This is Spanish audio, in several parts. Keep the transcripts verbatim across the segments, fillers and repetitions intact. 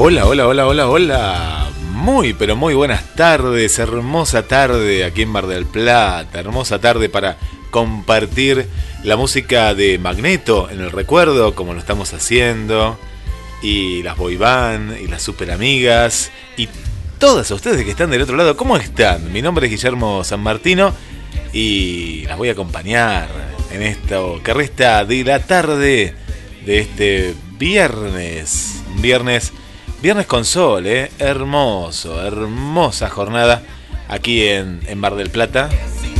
Hola, hola, hola, hola, hola. Muy, pero muy buenas tardes. Hermosa tarde aquí en Mar del Plata. Hermosa tarde para compartir la música de Magneto en el recuerdo, como lo estamos haciendo. Y las boy band, y las super amigas. Y todas ustedes que están del otro lado, ¿cómo están? Mi nombre es Guillermo San Martino. Y las voy a acompañar en esto que resta de la tarde de este viernes. Viernes... Viernes con sol, ¿eh? Hermoso, hermosa jornada aquí en, en Mar del Plata.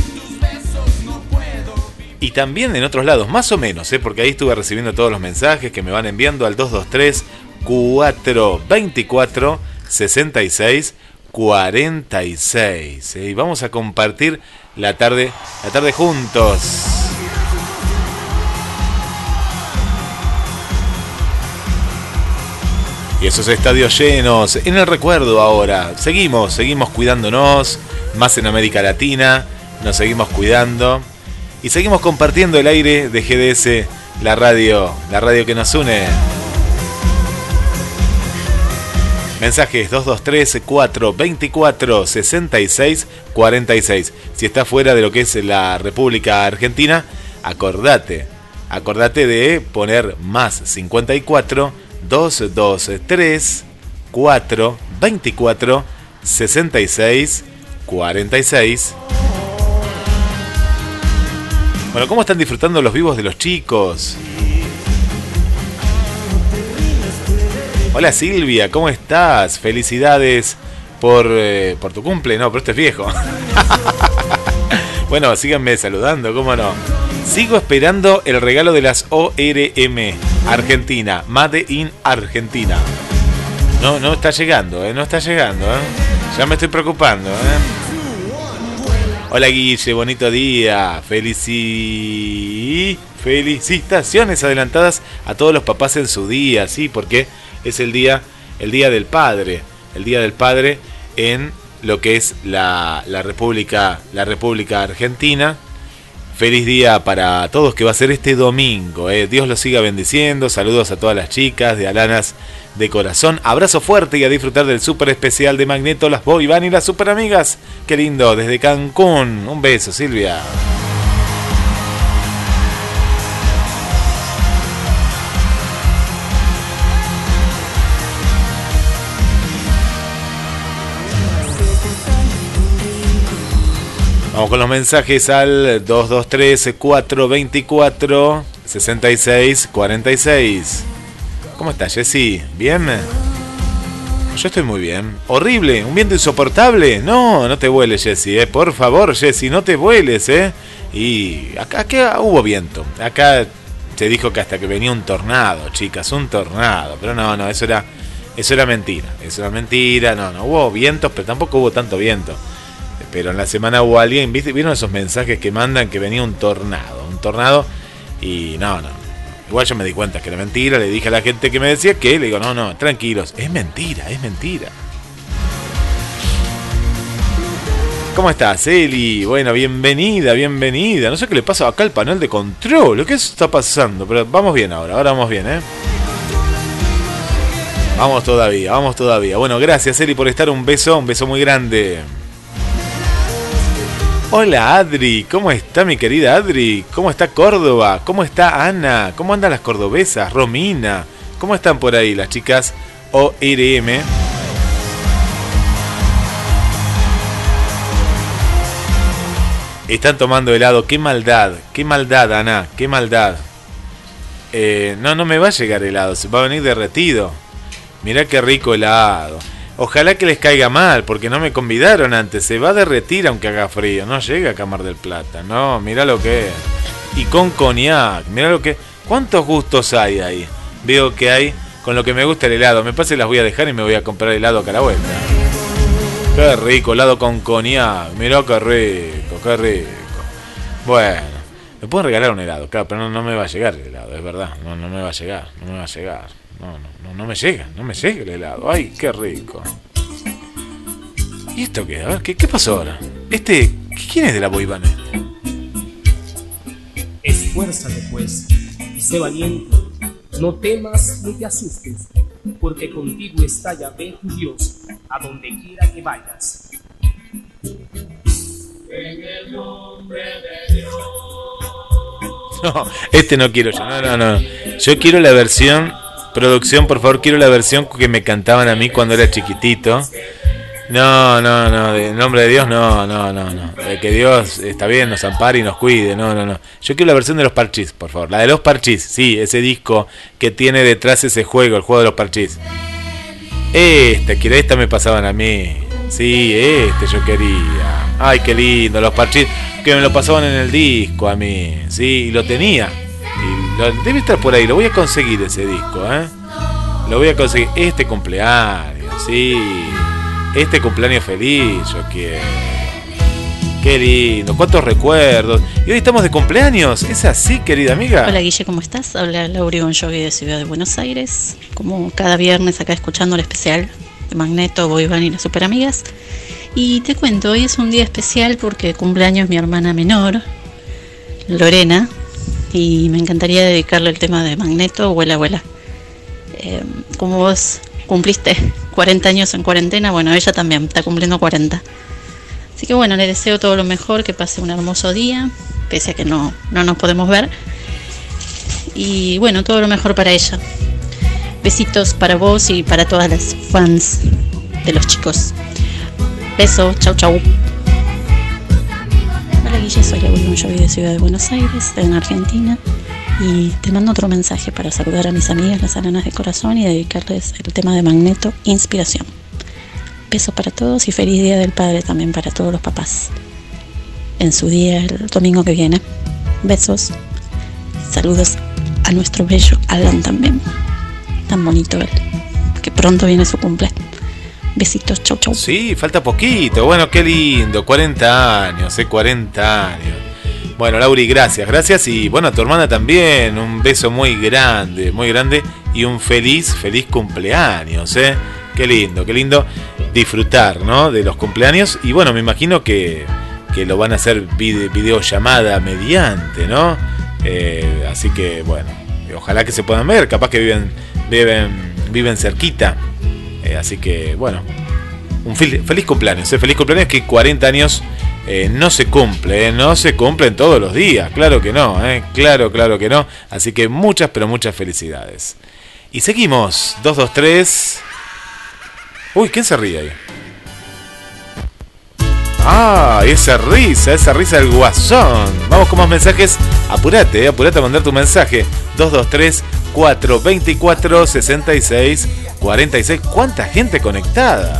Y también en otros lados, más o menos, ¿eh? Porque ahí estuve recibiendo todos los mensajes que me van enviando al dos dos tres, cuatro dos cuatro, seis seis cuatro seis. ¿eh? Y vamos a compartir la tarde, la tarde juntos. Y esos estadios llenos, en el recuerdo ahora. Seguimos, seguimos cuidándonos, más en América Latina, nos seguimos cuidando. Y seguimos compartiendo el aire de G D S, la radio, la radio que nos une. Mensajes dos dos tres, cuatro dos cuatro, seis seis cuatro seis. Si estás fuera de lo que es la República Argentina, acordate, acordate de poner más cincuenta y cuatro, dos dos tres, cuatro dos cuatro, seis seis cuatro seis. Bueno, ¿cómo están disfrutando los vivos de los chicos? Hola Silvia, ¿cómo estás? Felicidades por, eh, por tu cumple. No, pero este es viejo. Bueno, síganme saludando, ¿cómo no? Sigo esperando el regalo de las O R M Argentina, Made in Argentina. No, no está llegando, ¿eh? No está llegando, ¿eh? Ya me estoy preocupando, ¿eh? Hola Guille, bonito día. Felici... Felicitaciones adelantadas a todos los papás en su día, sí, porque es el día, el día del padre, el día del padre en lo que es la, la República, la República Argentina. Feliz día para todos que va a ser este domingo. Eh. Dios los siga bendiciendo. Saludos a todas las chicas de Alanas de corazón. Abrazo fuerte y a disfrutar del súper especial de Magneto, las boy band y las super amigas. Qué lindo, desde Cancún. Un beso, Silvia. Vamos con los mensajes al dos dos tres, cuatro dos cuatro, seis seis cuatro seis. ¿Cómo estás, Jessy? ¿Bien? Yo estoy muy bien. ¿Horrible? ¿Un viento insoportable? No, no te vueles, Jessy, ¿eh? Por favor, Jessy, no te vueles, ¿eh? Y acá, acá hubo viento. Acá se dijo que hasta que venía un tornado, chicas, un tornado. Pero no, no, eso era, eso era mentira. Eso era mentira, no, no. Hubo vientos, pero tampoco hubo tanto viento. Pero en la semana hubo alguien, ¿viste? ¿Vieron esos mensajes que mandan que venía un tornado? Un tornado y no, no. Igual yo me di cuenta que era mentira, le dije a la gente que me decía que, le digo, no, no, tranquilos, es mentira, es mentira. ¿Cómo estás, Eli? Bueno, bienvenida, bienvenida. No sé qué le pasa acá al panel de control, ¿qué está pasando? Pero vamos bien ahora, ahora vamos bien, ¿eh? Vamos todavía, vamos todavía. Bueno, gracias, Eli, por estar. Un beso, un beso muy grande. Hola Adri, ¿cómo está mi querida Adri? ¿Cómo está Córdoba? ¿Cómo está Ana? ¿Cómo andan las cordobesas? Romina, ¿cómo están por ahí las chicas O R M? Están tomando helado, qué maldad, qué maldad Ana, qué maldad. Eh, no, no me va a llegar helado, se va a venir derretido. Mirá qué rico helado. Ojalá que les caiga mal, porque no me convidaron antes. Se va a derretir aunque haga frío. No llega acá a Mar del Plata. No, mirá lo que es. Y con coñac. Mirá lo que... ¿Cuántos gustos hay ahí? Veo que hay con lo que me gusta el helado. Me parece que las voy a dejar y me voy a comprar helado acá a la vuelta. Qué rico, helado con coñac. Mirá qué rico, qué rico. Bueno, me pueden regalar un helado, claro, pero no, no me va a llegar el helado, es verdad. No, no me va a llegar, no me va a llegar. No, no, no, no me llega, no me llega el helado. Ay, qué rico. ¿Y esto qué? A ver, ¿qué, qué pasó ahora? Este, ¿quién es de la boy band? Esfuérzate pues, y sé valiente. No temas ni te asustes, pues porque contigo está Yahvé tu Dios, a donde quiera que vayas. En el nombre de Dios. No, este no quiero yo, no, no, no. Yo quiero la versión, producción, por favor, quiero la versión que me cantaban a mí cuando era chiquitito. No, no, no, en nombre de Dios, no, no, no, no. De que Dios está bien, nos ampare y nos cuide, no, no, no. Yo quiero la versión de los Parchís, por favor. La de los Parchís, sí, ese disco que tiene detrás ese juego, el juego de los Parchís. Este, quiero, esta me pasaban a mí. Sí, este yo quería. Ay, qué lindo, los Parchís, que me lo pasaban en el disco a mí. Sí, y lo tenía. Y lo, debe estar por ahí, lo voy a conseguir ese disco, ¿eh? Lo voy a conseguir. Este cumpleaños, sí. Este cumpleaños feliz, yo quiero. Qué lindo, cuántos recuerdos. Y hoy estamos de cumpleaños, ¿es así, querida amiga? Hola Guille, ¿cómo estás? Habla Lauri Bonjovi de Ciudad de Buenos Aires. Como cada viernes acá escuchando el especial de Magneto, Boyband y las Superamigas. Y te cuento, hoy es un día especial porque cumpleaños mi hermana menor, Lorena. Y me encantaría dedicarle el tema de Magneto, abuela, abuela. Eh, como vos cumpliste cuarenta años en cuarentena, bueno, ella también está cumpliendo cuarenta. Así que bueno, le deseo todo lo mejor, que pase un hermoso día, pese a que no, no nos podemos ver. Y bueno, todo lo mejor para ella. Besitos para vos y para todas las fans de los chicos. Besos, chau chau. Hola Guille, soy Laura Bonjovi de Ciudad de Buenos Aires, en Argentina. Y te mando otro mensaje para saludar a mis amigas las Aranas de Corazón y dedicarles el tema de Magneto, Inspiración. Besos para todos y feliz Día del Padre también para todos los papás en su día el domingo que viene. Besos. Saludos a nuestro bello Alan también. Tan bonito él, que pronto viene su cumple. Besitos, chau chau. Sí, falta poquito. Bueno, qué lindo, cuarenta años, eh, cuarenta años. Bueno, Lauri, gracias, gracias. Y bueno, a tu hermana también, un beso muy grande, muy grande. Y un feliz, feliz cumpleaños, eh. Qué lindo, qué lindo disfrutar, ¿no? De los cumpleaños. Y bueno, me imagino que, que lo van a hacer video, videollamada mediante, ¿no? Eh, así que bueno, ojalá que se puedan ver, capaz que viven, viven, viven cerquita. Eh, así que bueno, un feliz, feliz cumpleaños, ¿eh? Feliz cumpleaños, que cuarenta años eh, no se cumple, ¿eh? No se cumplen todos los días, claro que no, ¿eh? Claro, claro que no. Así que muchas, pero muchas felicidades. Y seguimos, dos dos tres. Uy, ¿quién se ríe ahí? Ah, esa risa, esa risa del guasón. Vamos con más mensajes. Apurate, eh, apurate a mandar tu mensaje. dos dos tres, cuatro dos cuatro, seis seis cuatro seis. ¿Cuánta gente conectada?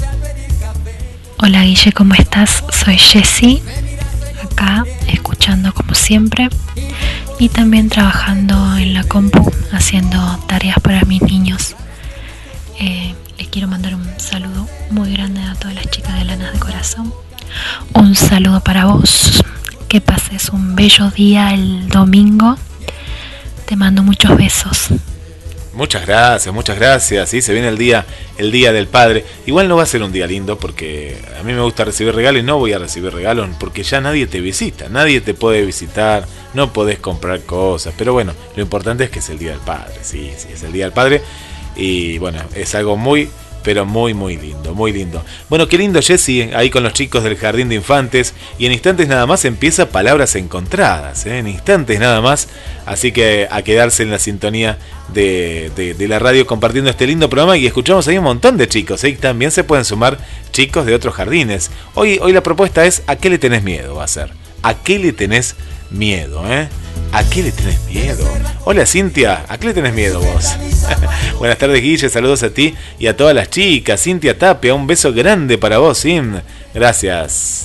Hola Guille, ¿cómo estás? Soy Jessie, acá escuchando como siempre y también trabajando en la compu, haciendo tareas para mis niños. Eh, les quiero mandar un saludo muy grande a todas las chicas de Lanas de Corazón. Un saludo para vos, que pases un bello día el domingo. Te mando muchos besos. Muchas gracias, muchas gracias. Sí, se viene el día, el día del padre. Igual no va a ser un día lindo porque a mí me gusta recibir regalos y no voy a recibir regalos porque ya nadie te visita, nadie te puede visitar, no podés comprar cosas. Pero bueno, lo importante es que es el día del padre. Sí, sí, es el día del padre. Y bueno, es algo muy, pero muy, muy lindo, muy lindo. Bueno, qué lindo Jessy, ahí con los chicos del Jardín de Infantes. Y en instantes nada más empieza Palabras Encontradas, ¿eh? En instantes nada más. Así que a quedarse en la sintonía de, de, de la radio compartiendo este lindo programa. Y escuchamos ahí un montón de chicos, ¿eh? También se pueden sumar chicos de otros jardines. Hoy, hoy la propuesta es ¿a qué le tenés miedo? Va a ser ¿a qué le tenés miedo? ¿eh? ¿A qué le tenés miedo? Hola Cintia, ¿a qué le tenés miedo vos? Buenas tardes Guille, saludos a ti y a todas las chicas. Cintia Tapia, un beso grande para vos, Sim. Gracias.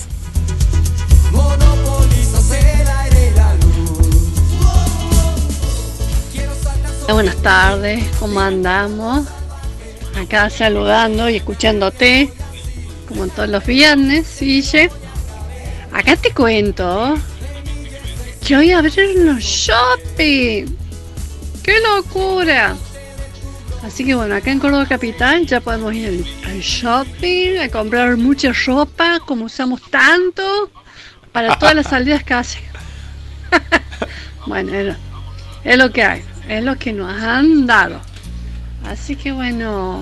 Buenas tardes, ¿cómo andamos? Acá saludando y escuchándote, como todos los viernes, Guille. Acá te cuento que voy a abrir los shopping. ¡Qué locura! Así que bueno, acá en Córdoba Capital ya podemos ir al shopping, a comprar mucha ropa, como usamos tanto, para todas las salidas que hacen. Bueno, es lo, es lo que hay, es lo que nos han dado. Así que bueno,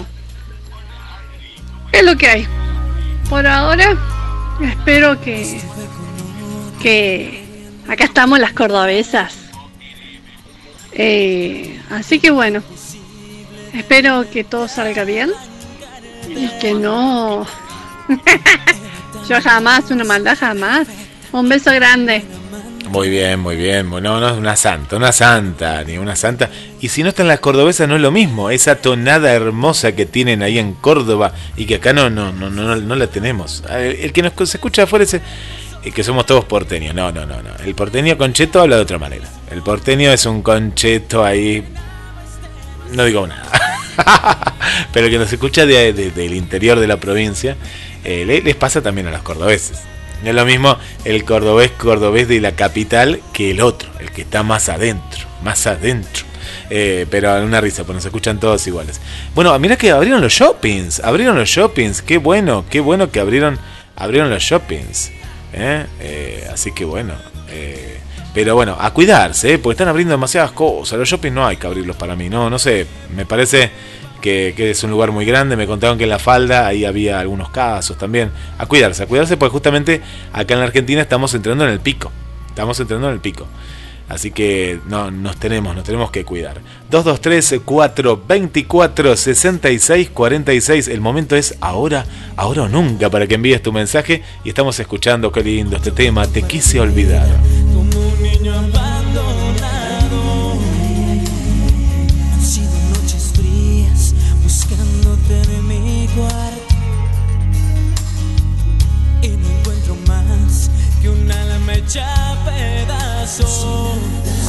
es lo que hay. Por ahora, espero que, que acá estamos las cordobesas. Eh, así que bueno, espero que todo salga bien y que no... Yo jamás, una maldad jamás. Un beso grande. Muy bien, muy bien. Bueno, no es una santa, una santa, ni una santa. Y si no están las cordobesas no es lo mismo. Esa tonada hermosa que tienen ahí en Córdoba y que acá no no no no, no la tenemos. El, el que nos se escucha afuera es el, que somos todos porteños. No, no, no, no. El porteño concheto habla de otra manera. El porteño es un concheto ahí. No digo nada. Pero el que nos escucha de, de, del interior de la provincia, eh, les pasa también a los cordobeses. No es lo mismo el cordobés cordobés de la capital que el otro, el que está más adentro, más adentro. Eh, pero una risa, pues nos escuchan todos iguales. Bueno, mira que abrieron los shoppings, abrieron los shoppings, qué bueno, qué bueno que abrieron, abrieron los shoppings. ¿eh? Eh, así que bueno, eh, pero bueno, a cuidarse, ¿eh? Porque están abriendo demasiadas cosas. Los shoppings no hay que abrirlos para mí, no, no sé, me parece... Que, que es un lugar muy grande. Me contaron que en La Falda ahí había algunos casos también. A cuidarse, a cuidarse porque justamente acá en la Argentina estamos entrando en el pico. Estamos entrando en el pico. Así que no, nos tenemos, nos tenemos que cuidar. dos dos tres, cuatro dos cuatro, seis seis cuatro seis. El momento es ahora, ahora o nunca para que envíes tu mensaje. Y estamos escuchando, qué lindo este tema, Te quise olvidar. Como un niño abandonado, han sido noches frías buscándote en mi cuarto y no encuentro más que un alma hecha pedazos.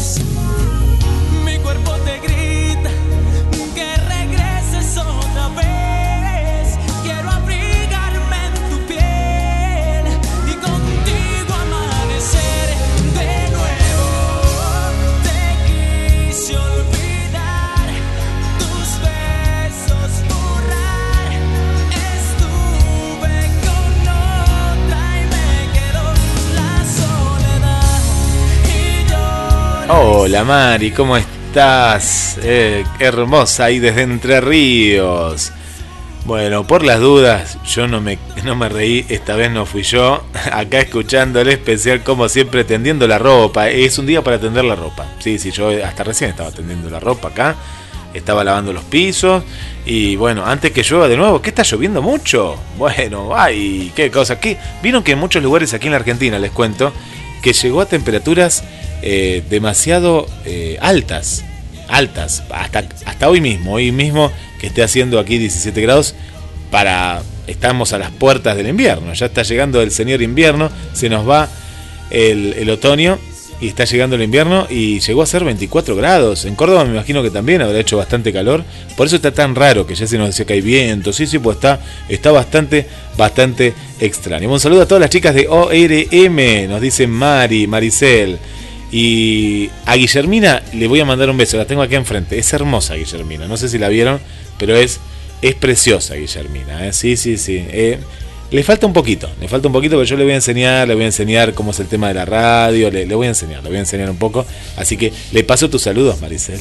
Mi cuerpo te grita que regreses otra vez. Quiero abrigarme en tu piel y contigo amanecer de nuevo. Te quise olvidar, tus besos borrar. Estuve con otra y me quedó la soledad y yo. Hola Mari, ¿cómo estás? Eh, hermosa ahí desde Entre Ríos. Bueno, por las dudas, yo no me, no me reí, esta vez no fui yo. Acá escuchando el especial, como siempre, tendiendo la ropa. Es un día para tender la ropa. Sí, sí, yo hasta recién estaba tendiendo la ropa acá. Estaba lavando los pisos. Y bueno, antes que llueva de nuevo, ¿qué está lloviendo mucho? Bueno, ay, qué cosa. ¿Qué? Vieron que en muchos lugares aquí en la Argentina, les cuento, que llegó a temperaturas eh, demasiado eh, altas. Altas, hasta, hasta hoy mismo, hoy mismo que esté haciendo aquí diecisiete grados, para estamos a las puertas del invierno, ya está llegando el señor invierno, se nos va el, el otoño y está llegando el invierno y llegó a ser veinticuatro grados, en Córdoba me imagino que también habrá hecho bastante calor, por eso está tan raro que ya se nos decía que hay viento, sí, sí, pues está, está bastante, bastante extraño. Un saludo a todas las chicas de O R M, nos dice Mari, Maricel. Y a Guillermina le voy a mandar un beso, la tengo aquí enfrente, es hermosa Guillermina, no sé si la vieron, pero es, es preciosa Guillermina, ¿eh? sí, sí, sí, eh, le falta un poquito, le falta un poquito, pero yo le voy a enseñar, le voy a enseñar cómo es el tema de la radio, le, le voy a enseñar, le voy a enseñar un poco, así que le paso tus saludos, Maricel.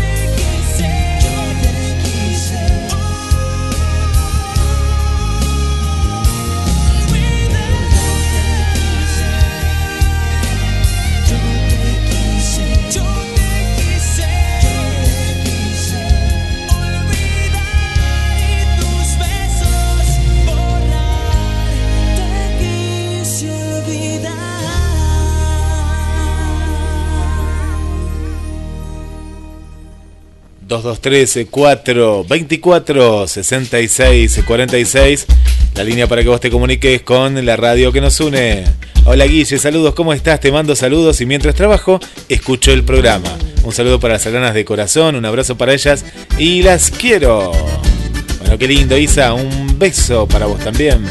dos dos tres, cuatro dos cuatro, seis seis cuatro seis, la línea para que vos te comuniques con la radio que nos une. Hola Guille, saludos, ¿cómo estás? Te mando saludos y mientras trabajo escucho el programa. Un saludo para las alanas de corazón, un abrazo para ellas y las quiero. Bueno, qué lindo Isa, un beso para vos también.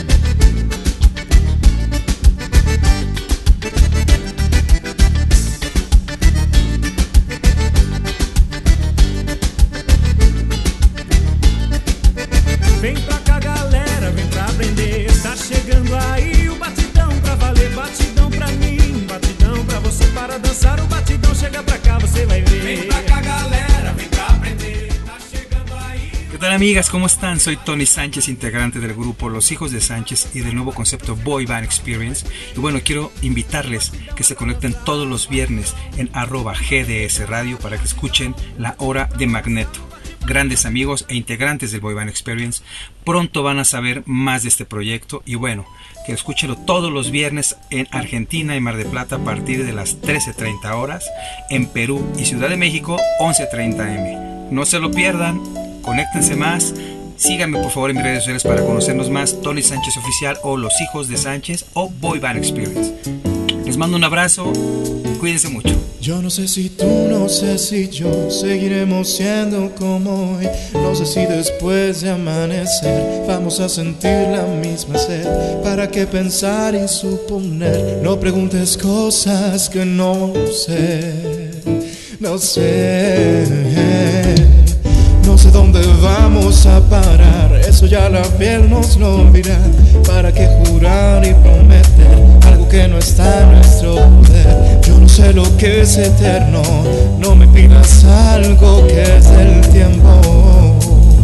Chega pra cá, você vai ver. Vem pra cá, galera, vem pra aprender. Tá chegando aí tal, amigas? ¿Cómo están? Soy Tony Sánchez, integrante del grupo Los Hijos de Sánchez y del nuevo concepto Boy Band Experience. Y bueno, quiero invitarles que se conecten todos los viernes en arroba G D S Radio para que escuchen La Hora de Magneto. Grandes amigos e integrantes del Boy Band Experience pronto van a saber más de este proyecto y bueno, que escúchenlo todos los viernes en Argentina y Mar del Plata a partir de las trece treinta horas, en Perú y Ciudad de México once treinta eme. No se lo pierdan, conéctense más, síganme por favor en mis redes sociales para conocernos más, Tony Sánchez Oficial o Los Hijos de Sánchez o Boy Band Experience. Les mando un abrazo, cuídense mucho. Yo no sé si tú, no sé si yo seguiremos siendo como hoy. No sé si después de amanecer vamos a sentir la misma sed. ¿Para qué pensar y suponer? No preguntes cosas que no sé. No sé. No sé dónde vamos a parar. Eso ya la piel nos lo dirá. ¿Para qué jurar y prometer algo que no está en nuestro poder? Yo no sé lo que es eterno. No me pidas algo que es del tiempo.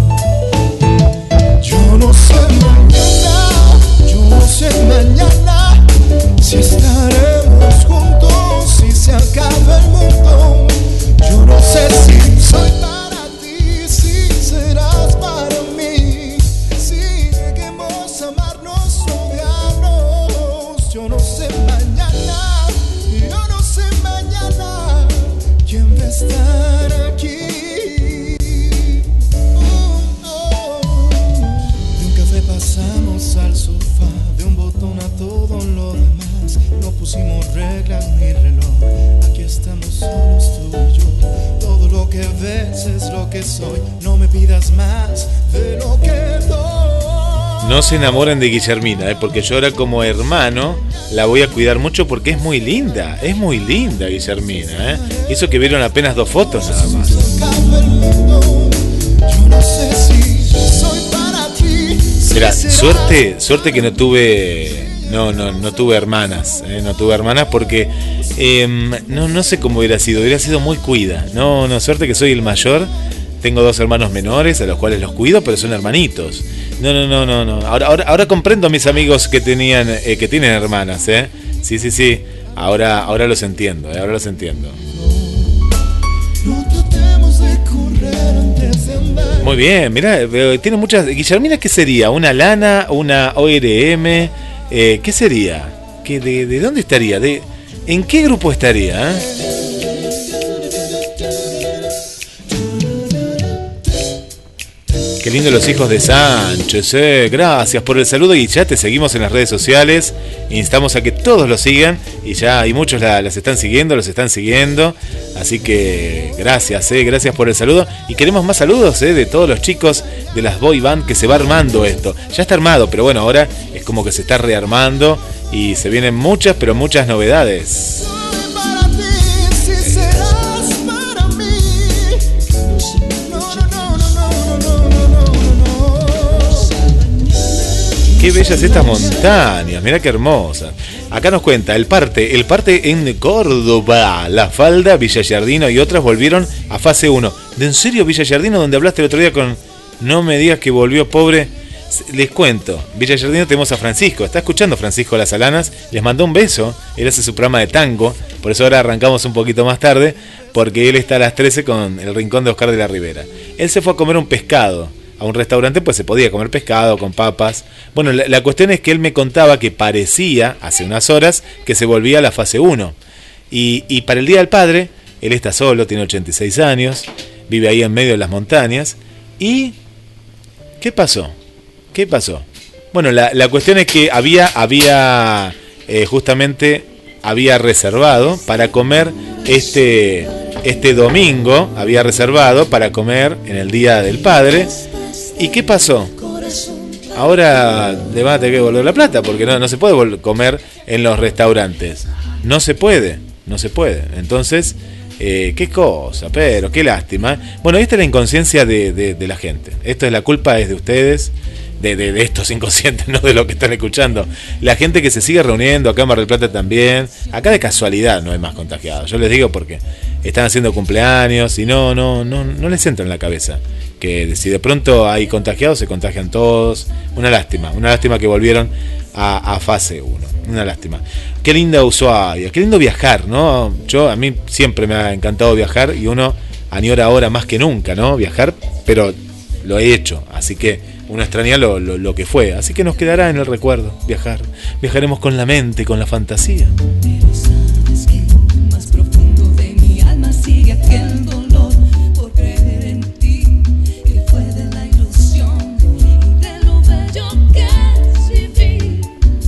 Yo no sé mañana. Yo no sé mañana si estaremos juntos, si se acaba el mundo. Yo no sé si soy para ti, si serás para mí, si lleguemos a amarnos, odiarnos. Yo no sé mañana, yo no sé mañana quién va a estar aquí. Oh, oh. De un café pasamos al sofá, de un botón a todo lo demás. No pusimos reglas ni reloj, aquí estamos solos tú y yo. Todo lo que ves es lo que soy, no me pidas más de lo que doy. No se enamoren de Guillermina, ¿eh? Porque yo ahora como hermano la voy a cuidar mucho porque es muy linda, es muy linda Guillermina, ¿eh? Eso que vieron apenas dos fotos nada más. Mira, suerte, suerte que no tuve, no, no, no tuve hermanas, ¿eh? No tuve hermanas porque eh, no, no sé cómo hubiera sido, hubiera sido muy cuida. No, no, suerte que soy el mayor. Tengo dos hermanos menores a los cuales los cuido, pero son hermanitos. No, no, no, no, no. Ahora, ahora, ahora comprendo a mis amigos que tenían, eh, que tienen hermanas, ¿eh? Sí, sí, sí. Ahora, ahora los entiendo, ¿eh? Ahora los entiendo. Muy bien, mira, tiene muchas. Guillermina, ¿qué sería? ¿Una lana? ¿Una O R M? Eh, ¿Qué sería? ¿Qué, de, ¿De dónde estaría? ¿De, ¿En qué grupo estaría? ¿Eh? Qué lindo Los Hijos de Sánchez, eh. Gracias por el saludo y ya te seguimos en las redes sociales. Instamos a que todos lo sigan y ya hay muchos la, las están siguiendo, los están siguiendo. Así que gracias, eh, gracias por el saludo. Y queremos más saludos eh, de todos los chicos de las boy band que se va armando esto. Ya está armado, pero bueno, ahora es como que se está rearmando y se vienen muchas, pero muchas novedades. Qué bellas estas montañas, mirá qué hermosas. Acá nos cuenta, el parte, el parte en Córdoba, La Falda, Villa Giardino y otras volvieron a fase uno. ¿De en serio Villa Giardino, donde hablaste el otro día con No me digas que volvió pobre? Les cuento, Villa Giardino tenemos a Francisco, está escuchando Francisco Las Alanas, les mandó un beso, él hace su programa de tango, por eso ahora arrancamos un poquito más tarde, porque él está a las trece con El Rincón de Oscar de la Ribera. Él se fue a comer un pescado a un restaurante, pues se podía comer pescado con papas. Bueno, la, la cuestión es que él me contaba que parecía, hace unas horas, que se volvía a la fase uno. Y, y para el Día del Padre, él está solo, tiene ochenta y seis años, vive ahí en medio de las montañas. ¿Y qué pasó? ¿Qué pasó? Bueno, la, la cuestión es que había, había eh, justamente, había reservado para comer este, este domingo, había reservado para comer en el Día del Padre. ¿Y qué pasó? Ahora le van a tener que devolver la plata porque no, no se puede comer en los restaurantes. No se puede, no se puede. Entonces, eh, qué cosa, pero qué lástima. Bueno, esta es la inconsciencia de, de, de la gente. Esto es la culpa es de ustedes. de, de, de estos inconscientes, no de lo que están escuchando. La gente que se sigue reuniendo acá en Mar del Plata también. Acá de casualidad no hay más contagiados. Yo les digo porque están haciendo cumpleaños y no, no, no, no les entra en la cabeza que si de pronto hay contagiados, se contagian todos. Una lástima, una lástima que volvieron a, a fase uno. Una lástima. Qué linda Ushuaia, qué lindo viajar, ¿no? Yo, a mí siempre me ha encantado viajar y uno añora ahora más que nunca, ¿no? Viajar, pero lo he hecho, así que uno extraña lo, lo, lo que fue, así que nos quedará en el recuerdo viajar. Viajaremos con la mente, con la fantasía. Pero sabes que más profundo de mi alma sigue aquel dolor por creer en ti, que fue de la ilusión y de lo bello que es vivir.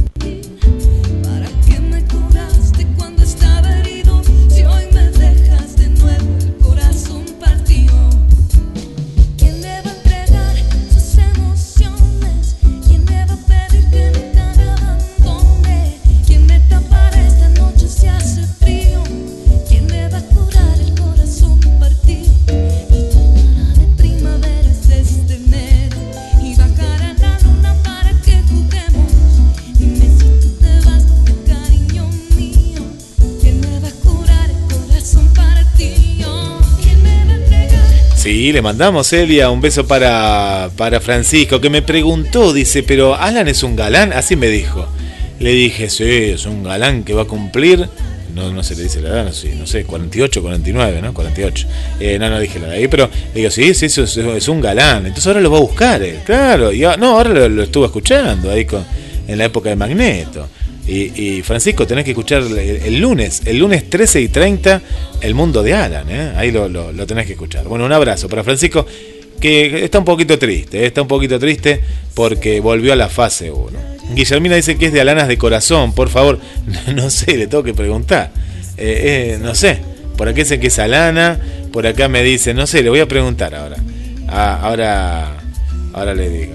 ¿Para qué me curaste cuando estaba herido? Si hoy me dejas de nuevo el corazón partido. ¿Quién le va a entregar sus emociones? ¿Quién le va a pedir que nunca me abandone? ¿Quién me tapará esta noche si hace frío? ¿Quién me va a curar el corazón partido? Y tomará de primavera este enero y bajará la luna para que juguemos. Dime si tú te vas, mi cariño mío. ¿Quién me va a curar el corazón partido? ¿Quién me va a entregar? Sí, le mandamos, Elia, un beso para, para Francisco, que me preguntó, dice, pero Alan es un galán, así me dijo. Le dije, sí, es un galán que va a cumplir, no, no se le dice la edad, no sé, no sé, cuarenta y ocho, cuarenta y nueve, ¿no? cuarenta y ocho. Eh, no, no dije la edad ahí, pero le digo, sí, sí, eso es, es un galán. Entonces ahora lo va a buscar, eh, claro. Y, no, ahora lo, lo estuvo escuchando ahí con, en la época de Magneto. Y, y Francisco, tenés que escuchar el, el lunes, el lunes trece y treinta, El Mundo de Alan, ¿eh? Ahí lo, lo, lo tenés que escuchar. Bueno, un abrazo para Francisco, que está un poquito triste, ¿eh? Está un poquito triste porque volvió a la fase uno. Guillermina dice que es de Alanas de corazón, por favor, no sé, le tengo que preguntar. Eh, eh, no sé, por acá dicen que es Alana, por acá me dicen, no sé, le voy a preguntar ahora. Ah, ahora, ahora le digo.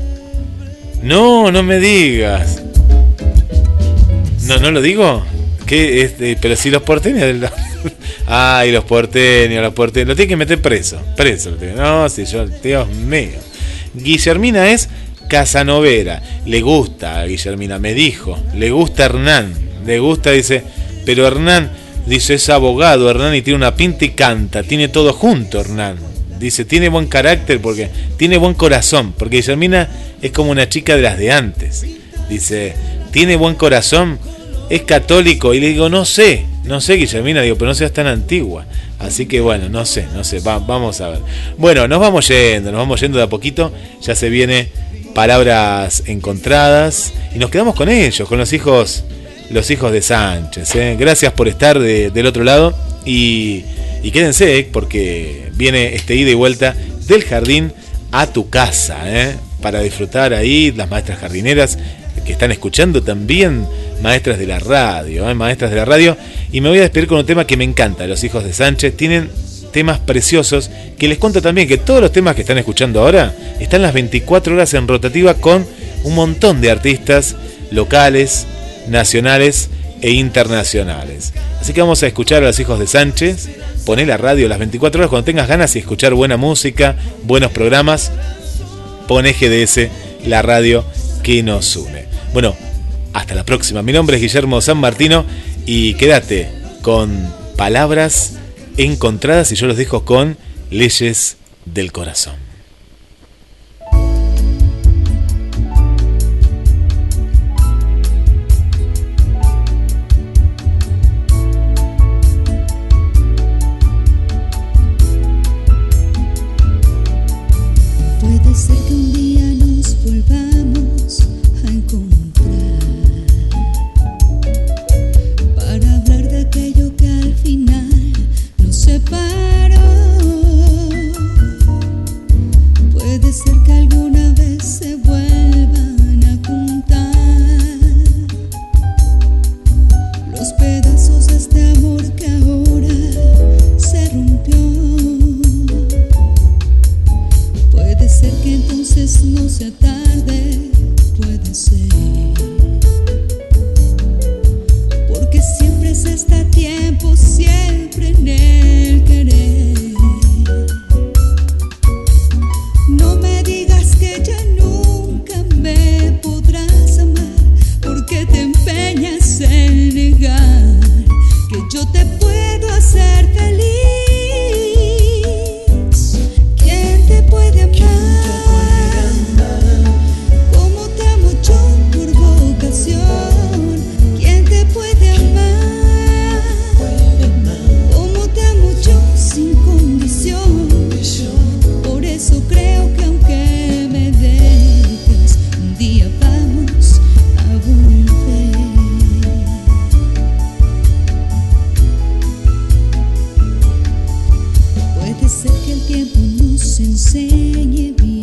No, no me digas. No, no lo digo. ¿Qué? Este, pero si los porteños. Ay, los porteños, los porteños. Lo tienen que meter preso. Preso. No, si yo. Dios mío. Guillermina es casanovera. Le gusta a Guillermina, me dijo. Le gusta Hernán. Le gusta, dice. Pero Hernán, dice, es abogado. Hernán y tiene una pinta y canta. Tiene todo junto, Hernán. Dice, tiene buen carácter porque. Tiene buen corazón. Porque Guillermina es como una chica de las de antes. Dice, tiene buen corazón. Es católico, y le digo, no sé, no sé, Guillermina, digo, pero no seas tan antigua. Así que bueno, no sé, no sé, va, vamos a ver. Bueno, nos vamos yendo, nos vamos yendo de a poquito, ya se viene Palabras Encontradas, y nos quedamos con ellos, con los hijos, los hijos de Sánchez, ¿eh? Gracias por estar de, del otro lado, y, y quédense, ¿eh? Porque viene este ida y vuelta del jardín a tu casa, ¿eh? Para disfrutar ahí, las maestras jardineras que están escuchando también, maestras de la radio, ¿eh? maestras de la radio, y me voy a despedir con un tema que me encanta. Los hijos de Sánchez tienen temas preciosos, que les cuento también que todos los temas que están escuchando ahora están las veinticuatro horas en rotativa con un montón de artistas locales, nacionales e internacionales. Así que vamos a escuchar a los hijos de Sánchez. Poné la radio las veinticuatro horas cuando tengas ganas y escuchar buena música, buenos programas. Poné G D S, la radio que nos une. Bueno, hasta la próxima. Mi nombre es Guillermo San Martino y quédate con Palabras Encontradas y yo los dejo con Leyes del Corazón. Puede ser que un día nos volvamos a encontrar para hablar de aquello que al final nos separó. enseñe bien.